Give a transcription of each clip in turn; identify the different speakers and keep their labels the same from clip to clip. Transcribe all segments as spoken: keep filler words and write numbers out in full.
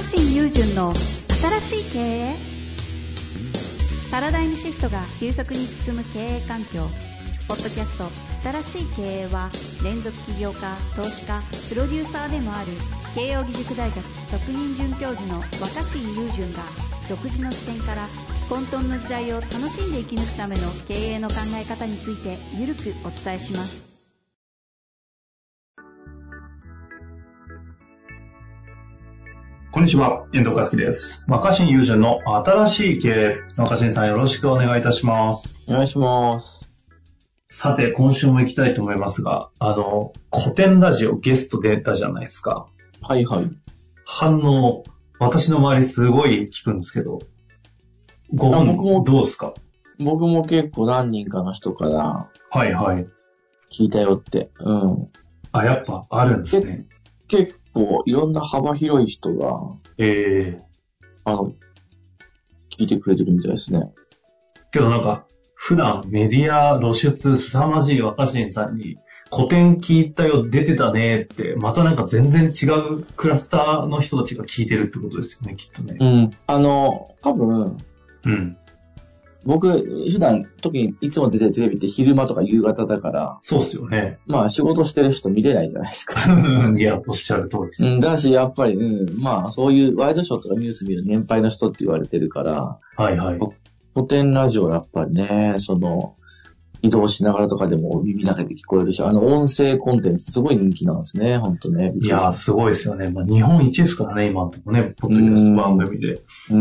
Speaker 1: 若新雄純の新しい経営。パラダイムシフトが急速に進む経営環境。ポッドキャスト新しい経営は、連続起業家、投資家、プロデューサーでもある慶應義塾大学特任准教授の若新雄純が、独自の視点から混沌の時代を楽しんで生き抜くための経営の考え方についてゆるくお伝えします。
Speaker 2: こんにちは、遠藤和樹です。若新雄純の新しい経営。若新さん、よろしくお願いいたします。
Speaker 3: お願いします。
Speaker 2: さて、今週も行きたいと思いますが、あの、古典ラジオゲスト出たじゃないですか。
Speaker 3: はいはい。
Speaker 2: 反応、私の周りすごい聞くんですけど、ご本人どうですか？
Speaker 3: 僕も結構何人かの人から、
Speaker 2: はいはい。
Speaker 3: 聞いたよって。うん。
Speaker 2: あ、やっぱあるんですね。
Speaker 3: 結構いろんな幅広い人が、
Speaker 2: ええー、
Speaker 3: あの、聞いてくれてるみたいですね。
Speaker 2: けどなんか、普段メディア露出凄まじい若新さんに、古典聞いたよ、出てたねって、またなんか全然違うクラスターの人たちが聞いてるってことですよね、きっとね。
Speaker 3: うん。あの、多分、
Speaker 2: うん。僕、
Speaker 3: 普段、特にいつも出てるテレビって昼間とか夕方だから、
Speaker 2: そうっすよね。
Speaker 3: まあ仕事してる人見れないじゃないですか。
Speaker 2: いや、おっしゃる通りです。
Speaker 3: うん、だし、やっぱり、うん、まあそういうワイドショーとかニュース見る年配の人って言われてるから、
Speaker 2: はいはい。
Speaker 3: 古典ラジオやっぱりね、その、移動しながらとかでも耳だけで聞こえるし、あの音声コンテンツすごい人気なんですね、ほんとね。
Speaker 2: いやー、すごいですよね。まあ日本一ですからね、今のところね、ポッドキャスト番組で。
Speaker 3: うん。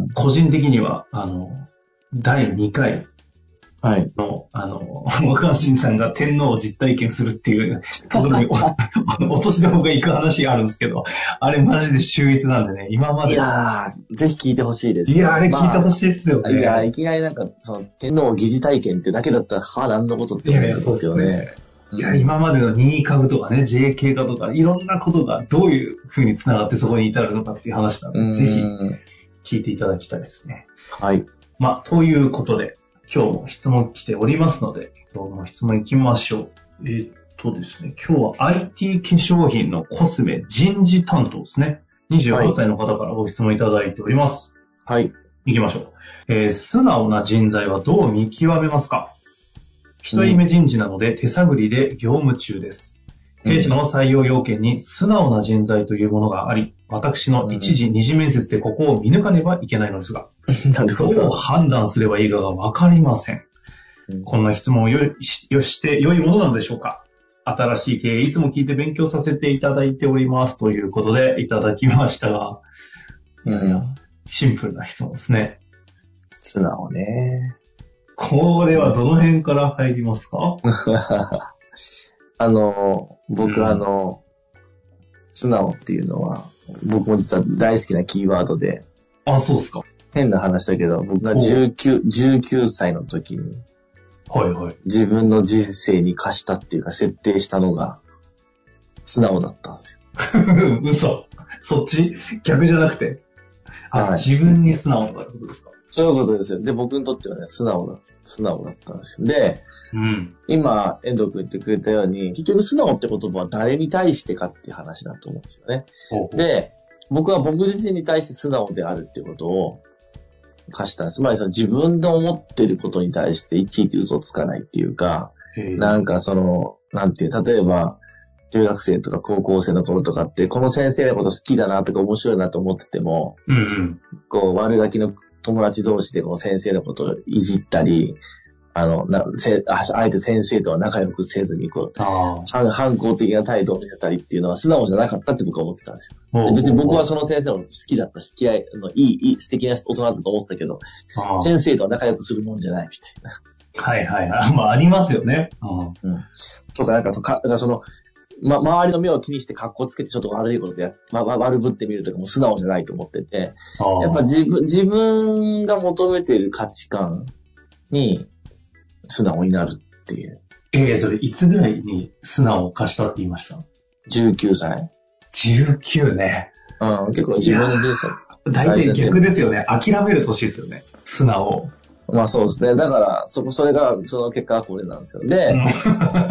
Speaker 2: 個人的には、あの、だいにかい、
Speaker 3: はい。
Speaker 2: の、あの、若新さんが天皇を実体験するっていうところにお、お年玉が行く話があるんですけど、あれマジで秀逸なんでね、今まで。
Speaker 3: いやー、ぜひ聞いてほしいです、ね。
Speaker 2: いやー、あれ聞いてほしいですよね。
Speaker 3: まあ、いやー、いきなりなんか、その、天皇疑似体験ってだけだったら、はぁ、なんのことって思うんですけどね。いやいや、そうですね。
Speaker 2: いや、今までの任意株とかね、ジェーケー 化とか、いろんなことがどういう風に繋がってそこに至るのかっていう話なんで、ぜひ聞いていただきたいですね。
Speaker 3: はい。
Speaker 2: まあ、ということで、今日も質問来ておりますので、今日も質問行きましょう。えー、っとですね、今日は アイティー 化粧品のコスメ人事担当ですね。にじゅうはっさいの方からご質問いただいております。
Speaker 3: はい。
Speaker 2: 行きましょう。えー、素直な人材はどう見極めますか？一人目人事なので手探りで業務中です。弊社の採用要件に素直な人材というものがあり、私の一次二次面接でここを見抜かねばいけないのですが、
Speaker 3: なるほど。
Speaker 2: どう判断すればいいかがわかりません。うん、こんな質問をよし、よして良いものなのでしょうか？新しい経営いつも聞いて勉強させていただいておりますということでいただきましたが、うん、シンプルな質問ですね。
Speaker 3: 素直ね。
Speaker 2: これはどの辺から入りますか？
Speaker 3: あの、僕、うん、あの、素直っていうのは、僕も実は大好きなキーワードで。
Speaker 2: あ、そうですか。
Speaker 3: 変な話だけど、僕がじゅうきゅう、じゅうきゅうさいの時に、
Speaker 2: はいはい。
Speaker 3: 自分の人生に課したっていうか、設定したのが、素直だったんです
Speaker 2: よ。嘘。そっち逆じゃなくて。あ、はい、自分に素直だってことですか？
Speaker 3: そういうことですよ。で、僕にとってはね、素直だ、素直だったんですよ。で、
Speaker 2: うん、
Speaker 3: 今、遠藤君言ってくれたように、結局素直って言葉は誰に対してかっていう話だと思うんですよね。
Speaker 2: ほうほう。
Speaker 3: で、僕は僕自身に対して素直であるっていうことを課したんです。つまりその自分の思ってることに対していちいち嘘をつかないっていうか、なんかその、なんていう、例えば、中学生とか高校生の頃とかって、この先生のこと好きだなとか面白いなと思ってても、
Speaker 2: うんうん、こ
Speaker 3: う悪ガキの友達同士でこの先生のことをいじったり、あの、な、せ、あえて先生とは仲良くせずに、こう、反、反抗的な態度を見せたりっていうのは素直じゃなかったって僕は思ってたんですよ。で別に僕はその先生のこと好きだったし、嫌い、のいい、いい、素敵な大人だと思ってたけど、先生とは仲良くするもんじゃないみたいな。
Speaker 2: はいはいはい。まあ、ありますよね。
Speaker 3: うん。とか、なんかその、か、その、ま、周りの目を気にして格好つけてちょっと悪いことや、ま、悪ぶってみるとかも素直じゃないと思ってて、やっぱ自分、自分が求めている価値観に素直になるっていう。
Speaker 2: ええー、それいつぐらいに素直を貸したって言いました？
Speaker 3: じゅうきゅうさい。
Speaker 2: じゅうきゅうね。
Speaker 3: うん、結構自分の人生。
Speaker 2: 大体逆ですよね。諦める年ですよね。素直を。
Speaker 3: まあそうですね。だから、そこ、それが、その結果はこれなんですよ。で、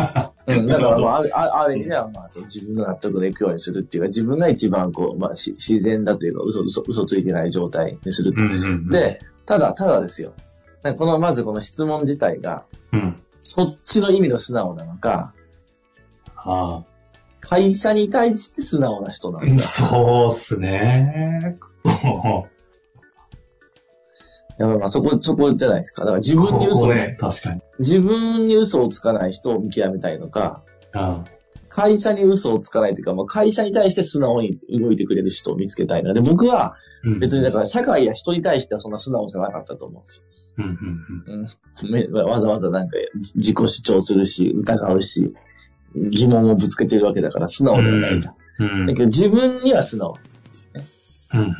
Speaker 3: うん、だから、まあ、ある、ある意味では、まあ、その自分の納得のいくようにするっていうか、自分が一番こう、まあ、し自然だというか、嘘、嘘、嘘ついてない状態にすると。うんうんうん、で、ただ、ただですよ。この、まずこの質問自体が、うん、そっちの意味の素直なのか、はあ、会社に対して素直な人なのか。
Speaker 2: そうっすね。
Speaker 3: やっぱまあそこ、そこじゃないですか。だから自分に嘘を、
Speaker 2: ね、確かに。
Speaker 3: 自分に嘘をつかない人を見極めたいのか、うん、会社に嘘をつかないというか、まあ、会社に対して素直に動いてくれる人を見つけたいので、僕は別にだから社会や人に対してはそんな素直じゃなかったと思うんですよ。うんうんうん、わざわざなんか自己主張するし、疑うし、疑問をぶつけてるわけだから素直ではないじゃん。うんうん、だけど自分には素直、ねうんうんうん。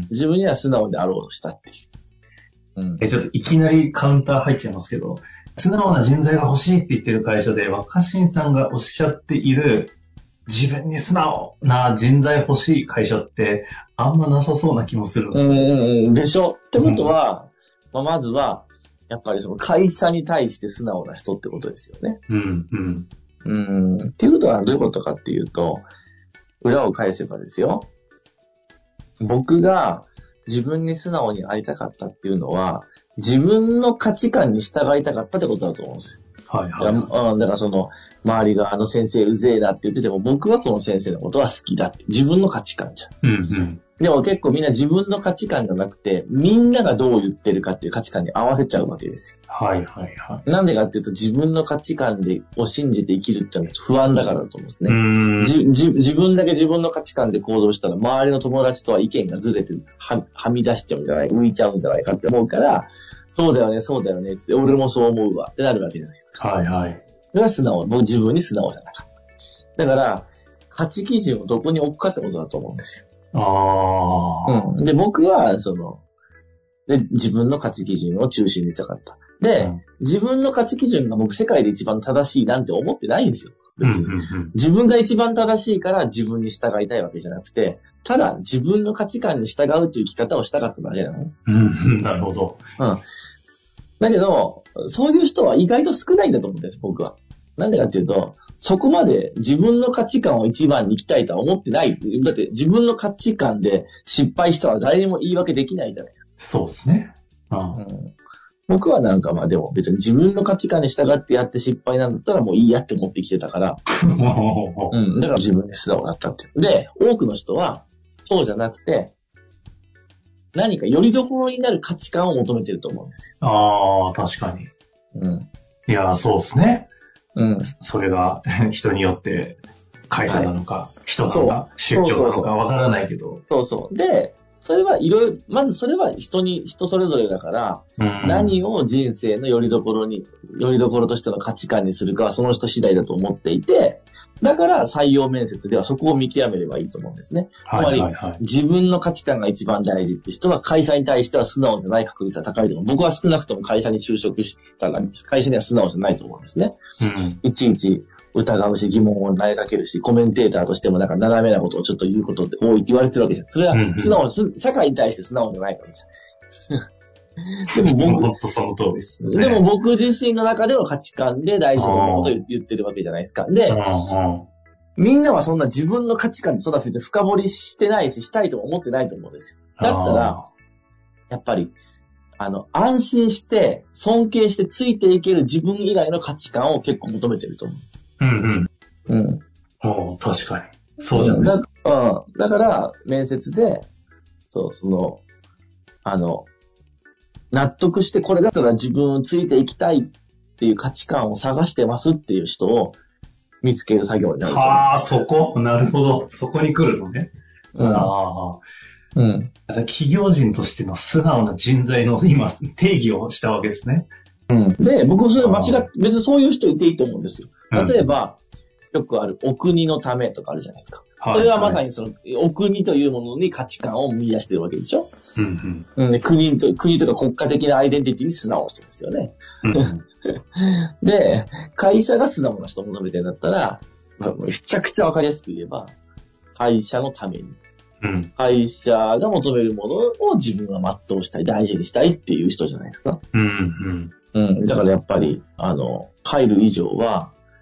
Speaker 3: 自分には素直であろうとしたっていう。
Speaker 2: うん、えちょっといきなりカウンター入っちゃいますけど、素直な人材が欲しいって言ってる会社で、若新さんがおっしゃっている自分に素直な人材欲しい会社ってあんまなさそうな気もするんですよ。
Speaker 3: うんうんでしょってことは、うんまあ、まずはやっぱりその会社に対して素直な人ってことですよね。うんうんうんっていうことはどういうことかっていうと、裏を返せばですよ。僕が自分に素直にありたかったっていうのは、自分の価値観に従いたかったってことだと思うんですよ。はいはい。だ, だからその、周りがあの先生うぜえなって言ってても、僕はこの先生のことは好きだって。自分の価値観じゃん。うんうん。でも結構みんな自分の価値観じゃなくて、みんながどう言ってるかっていう価値観に合わせちゃうわけですよ。はいはいはい。なんでかっていうと、自分の価値観でを信じて生きるっていうのは不安だからだと思うんですね。うんじじ自分だけ自分の価値観で行動したら、周りの友達とは意見がずれては、はみ出しちゃうんじゃない、浮いちゃうんじゃないかって思うから、そうだよね、そうだよね、つって、俺もそう思うわってなるわけじゃないですか。はいはい。それは素直、僕自分に素直じゃなかった。だから、価値基準をどこに置くかってことだと思うんですよ。ああ。うん。で、僕は、その、で、自分の価値基準を中心にしたかった。で、うん、自分の価値基準が僕世界で一番正しいなんて思ってないんですよ。別に。うんうんうん、自分が一番正しいから自分に従いたいわけじゃなくて、ただ自分の価値観に従うという生き方をしたかっただけなの。
Speaker 2: うん、なるほど。
Speaker 3: うん。だけど、そういう人は意外と少ないんだと思うんです、僕は。なんでかっていうと、そこまで自分の価値観を一番に生きたいとは思ってない。だって自分の価値観で失敗したら誰にも言い訳できないじゃないですか。
Speaker 2: そうですね。
Speaker 3: うんうん、僕はなんかまあでも別に自分の価値観に従ってやって失敗なんだったらもういいやって思ってきてたから、うん、だから自分に素直だったっていう。で、多くの人はそうじゃなくて、何かよりどころになる価値観を求めてると思うんです
Speaker 2: よ。ああ、確かに。うん。いや、そうですね。うん。それが人によって会社なのか、はい、人なのか、宗教なのかわからないけど。
Speaker 3: そうそう。で、それはいろいろ、まずそれは人に、人それぞれだから、うん、何を人生のよりどころに、よりどころとしての価値観にするかはその人次第だと思っていて、だから採用面接ではそこを見極めればいいと思うんですね。つまり、はいはいはい、自分の価値観が一番大事って人は会社に対しては素直じゃない確率は高いと思う。僕は少なくとも会社に就職したら、会社には素直じゃないと思うんですね。うん、いちいち疑うし疑問を投げかけるし、コメンテーターとしてもなんか斜めなことをちょっと言うことって多いって言われてるわけじゃん。それは素直、うんうん、社会に対して素直じゃないからじゃん。
Speaker 2: でも僕、本当その通りです、ね。
Speaker 3: でも僕自身の中での価値観で大事なことを言ってるわけじゃないですか。で、みんなはそんな自分の価値観でそんな深掘りしてないし、したいとも思ってないと思うんですよ。だったら、やっぱり、あの、安心して、尊敬してついていける自分以外の価値観を結構求めてると思う。うんうん。うん。
Speaker 2: お確かに。そうじゃないですか。
Speaker 3: だ、うん。だから、面接で、そう、その、あの、納得してこれだったら自分をついていきたいっていう価値観を探してますっていう人を見つける作業になると思います。
Speaker 2: ああ、そこなるほど。そこに来るのね。うん、ああ。うん。企業人としての素直な人材の今定義をしたわけですね。
Speaker 3: うん。で、僕それ間違って、別にそういう人いていいと思うんですよ。例えば、うん、よくあるお国のためとかあるじゃないですか。それはまさにその、お国というものに価値観を見出してるわけでしょ。うんうん、で国と、国とか国家的なアイデンティティに素直な人ですよね。うんうん、で、会社が素直な人を求めてるんだったら、めちゃくちゃわかりやすく言えば、会社のために、うん、会社が求めるものを自分は全うしたい、大事にしたいっていう人じゃないですか。うんうんうん、だからやっぱり、あの、入る以上は、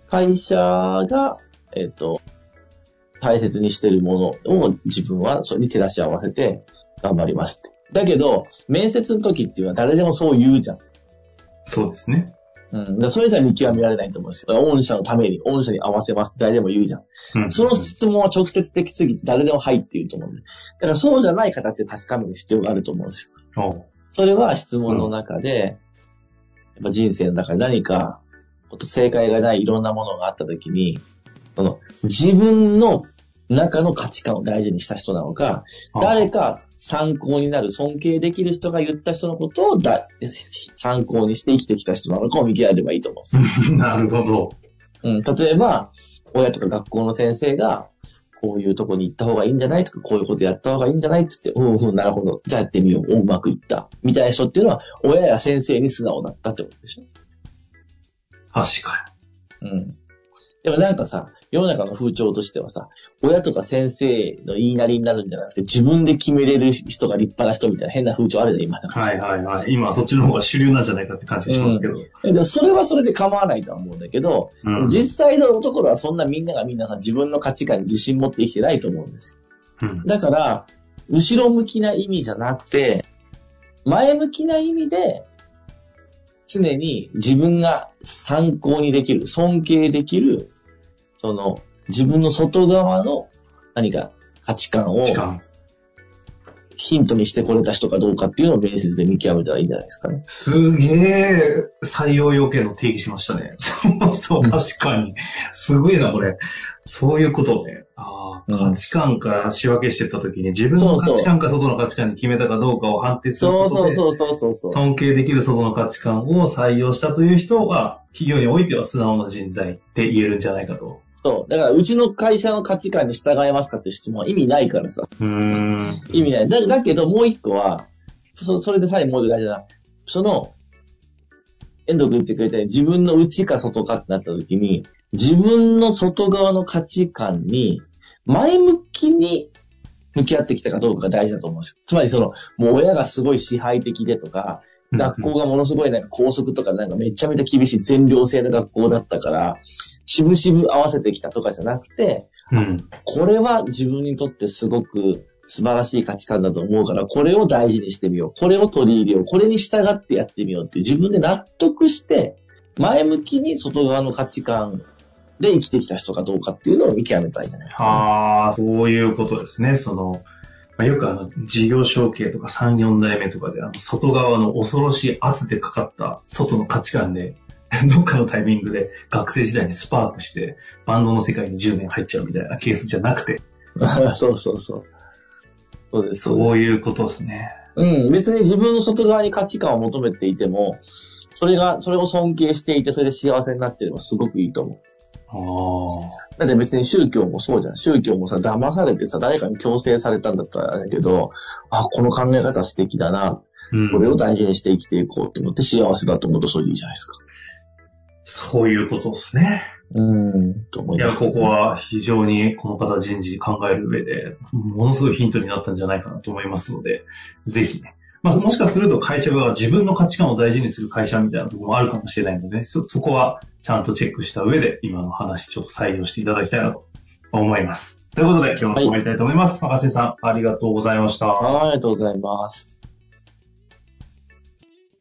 Speaker 3: 会社が、えっと、大切にしているものを自分はそれに照らし合わせて頑張りますって。だけど、面接の時っていうのは誰でもそう言うじゃん。
Speaker 2: そうですね。
Speaker 3: うん。だからそれじゃ見極められないと思うんですよ。御社のために、御社に合わせますって誰でも言うじゃん。うん、その質問は直接的すぎて誰でもはいって言うと思うんで。だからそうじゃない形で確かめる必要があると思うんですよ。それは質問の中で、うん、やっぱ人生の中で何か、正解がないいろんなものがあった時に、その自分の中の価値観を大事にした人なのか、誰か参考になる、尊敬できる人が言った人のことをだ参考にして生きてきた人なのかを見極めればいいと思うんですよ。
Speaker 2: なるほど。
Speaker 3: うん、例えば、親とか学校の先生が、こういうとこに行った方がいいんじゃないとか、こういうことやった方がいいんじゃないって言って、うんうん、なるほど。じゃあやってみよう。うまくいった。みたいな人っていうのは、親や先生に素直だったってことでしょ。
Speaker 2: 確か
Speaker 3: に。うん。でもなんかさ、世の中の風潮としてはさ、親とか先生の言いなりになるんじゃなくて、自分で決めれる人が立派な人みたいな変な風潮あるじゃん、今。
Speaker 2: はいはいはい。今はそっちの方が主流なんじゃないかって感じがしますけど。
Speaker 3: うん、でそれはそれで構わないとは思うんだけど、うん、実際のところはそんなみんながみんなさ、自分の価値観に自信持って生きてないと思うんですよ。うん、だから、後ろ向きな意味じゃなくて、前向きな意味で、常に自分が参考にできる、尊敬できる、その、自分の外側の何か価値観をヒントにしてこれた人かどうかっていうのを面接で見極めたらいいんじゃないですかね。
Speaker 2: すげえ採用要件の定義しましたね。そうそう、確かに。すごいな、これ。そういうことね。ああ、価値観から仕分けしていったときに自分の価値観か外の価値観に決めたかどうかを判定することで、
Speaker 3: そうそうそうそうそう。
Speaker 2: 尊敬できる外の価値観を採用したという人は、企業においては素直な人材って言えるんじゃないかと。
Speaker 3: そう。だから、うちの会社の価値観に従えますかって質問は意味ないからさ。
Speaker 2: うーん。
Speaker 3: 意味ない。だ、だけど、もう一個は、そ、それでさえもう大事な、その、遠藤君言ってくれたように、自分の内か外かってなった時に、自分の外側の価値観に、前向きに向き合ってきたかどうかが大事だと思うんですよ。つまりその、もう親がすごい支配的でとか、学校がものすごいなんか校則とかなんかめちゃめちゃ厳しい全寮制の学校だったから、しぶしぶ合わせてきたとかじゃなくて、うん、これは自分にとってすごく素晴らしい価値観だと思うから、これを大事にしてみよう。これを取り入れよう。これに従ってやってみようって自分で納得して、前向きに外側の価値観で生きてきた人かどうかっていうのを見極めたいんじゃないですか、ね。
Speaker 2: ああ、そういうことですね。その、まあ、よくあの、事業承継とかさん、よん代目とかで、あの、外側の恐ろしい圧でかかった外の価値観で、どっかのタイミングで学生時代にスパークして、バンドの世界にじゅうねん入っちゃうみたいなケースじゃなくて。
Speaker 3: そうそうそう。
Speaker 2: そうです。そういうことですね。
Speaker 3: うん、別に自分の外側に価値観を求めていても、それが、それを尊敬していて、それで幸せになっていればすごくいいと思う。
Speaker 2: あ
Speaker 3: だって別に宗教もそうじゃん。宗教もさ、騙されてさ、誰かに強制されたんだったらだけど、あ、この考え方素敵だな。うん、これを大事にして生きていこうと思って幸せだと思うとそれでいいじゃないですか。
Speaker 2: そういうことですね。
Speaker 3: うーん、と思います、
Speaker 2: ね。いや、ここは非常にこの方人事考える上で、ものすごいヒントになったんじゃないかなと思いますので、ぜひね。まあ、もしかすると会社が自分の価値観を大事にする会社みたいなところもあるかもしれないので、そ、そこはちゃんとチェックした上で、今の話ちょっと採用していただきたいなと思います。ということで、今日も終わりたいと思います。若新さん、ありがとうございました。
Speaker 3: はい、ありがとうございます。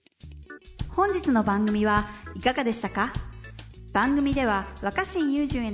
Speaker 1: 本日の番組はいかがでしたか？番組では若新雄純へ